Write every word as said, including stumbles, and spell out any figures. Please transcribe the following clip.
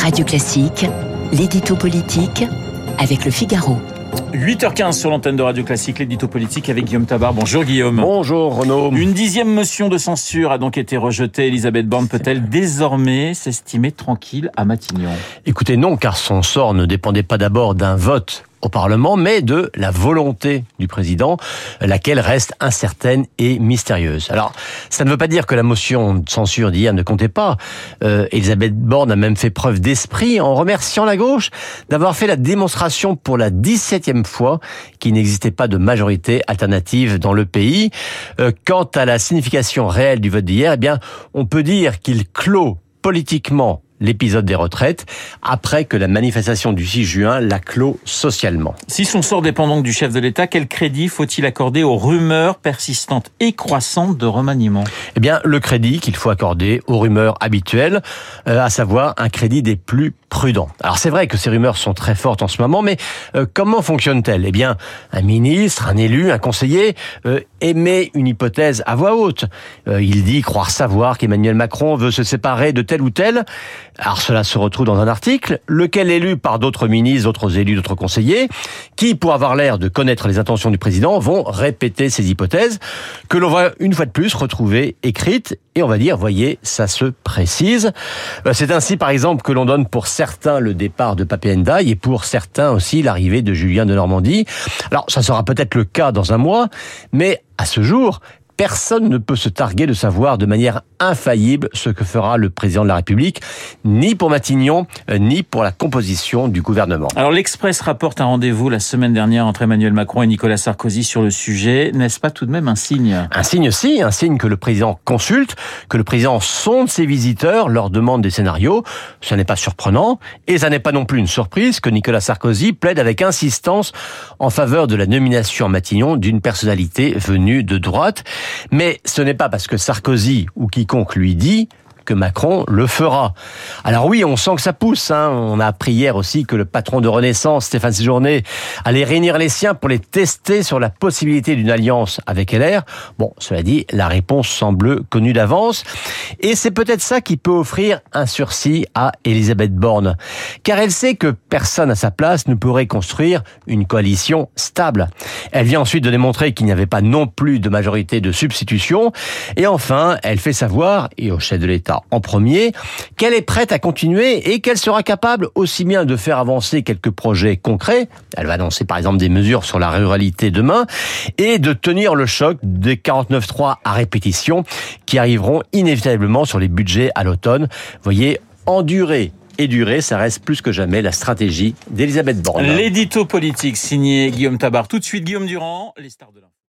Radio Classique, l'édito politique avec Le Figaro. huit heures quinze sur l'antenne de Radio Classique, l'édito politique avec Guillaume Tabar. Bonjour Guillaume. Bonjour Renaud. Une dixième motion de censure a donc été rejetée. Elisabeth Borne peut-elle désormais s'estimer tranquille à Matignon ? Écoutez, non, car son sort ne dépendait pas d'abord d'un vote au Parlement, mais de la volonté du président, laquelle reste incertaine et mystérieuse. Alors, ça ne veut pas dire que la motion de censure d'hier ne comptait pas. Euh, Elisabeth Borne a même fait preuve d'esprit en remerciant la gauche d'avoir fait la démonstration pour la dix-septième fois qu'il n'existait pas de majorité alternative dans le pays. Euh, quant à la signification réelle du vote d'hier, eh bien, on peut dire qu'il clôt politiquement l'épisode des retraites, après que la manifestation du six juin l'a clos socialement. Si son sort dépend donc du chef de l'État, quel crédit faut-il accorder aux rumeurs persistantes et croissantes de remaniement ? Eh bien, le crédit qu'il faut accorder aux rumeurs habituelles, euh, à savoir un crédit des plus prudents. Alors c'est vrai que ces rumeurs sont très fortes en ce moment, mais euh, comment fonctionnent-elles ? Eh bien, un ministre, un élu, un conseiller euh, émet une hypothèse à voix haute. Euh, il dit croire savoir qu'Emmanuel Macron veut se séparer de tel ou tel. Alors cela se retrouve dans un article, lequel est lu par d'autres ministres, d'autres élus, d'autres conseillers, qui, pour avoir l'air de connaître les intentions du président, vont répéter ces hypothèses, que l'on va une fois de plus retrouver écrites, et on va dire, voyez, ça se précise. C'est ainsi, par exemple, que l'on donne pour certains le départ de Pape Ndiaye, et pour certains aussi l'arrivée de Julien Denormandie. Alors, ça sera peut-être le cas dans un mois, mais à ce jour, personne ne peut se targuer de savoir de manière infaillible ce que fera le président de la République, ni pour Matignon, ni pour la composition du gouvernement. Alors l'Express rapporte un rendez-vous la semaine dernière entre Emmanuel Macron et Nicolas Sarkozy sur le sujet. N'est-ce pas tout de même un signe ? Un signe, si, un signe que le président consulte, que le président sonde ses visiteurs, leur demande des scénarios. Ce n'est pas surprenant, et ça n'est pas non plus une surprise que Nicolas Sarkozy plaide avec insistance en faveur de la nomination à Matignon d'une personnalité venue de droite. Mais ce n'est pas parce que Sarkozy ou quiconque lui dit que Macron le fera. Alors oui, on sent que ça pousse. Hein. On a appris hier aussi que le patron de Renaissance, Stéphane Séjourné, allait réunir les siens pour les tester sur la possibilité d'une alliance avec L R. Bon, cela dit, la réponse semble connue d'avance. Et c'est peut-être ça qui peut offrir un sursis à Elisabeth Borne. Car elle sait que personne à sa place ne pourrait construire une coalition stable. Elle vient ensuite de démontrer qu'il n'y avait pas non plus de majorité de substitution. Et enfin, elle fait savoir, et au chef de l'État en premier, qu'elle est prête à continuer et qu'elle sera capable aussi bien de faire avancer quelques projets concrets, elle va annoncer par exemple des mesures sur la ruralité demain, et de tenir le choc des quarante-neuf trois à répétition qui arriveront inévitablement sur les budgets à l'automne. Vous voyez, endurer et durer, ça reste plus que jamais la stratégie d'Elisabeth Borne. L'édito politique signé Guillaume Tabar. Tout de suite Guillaume Durand, les stars de l'info.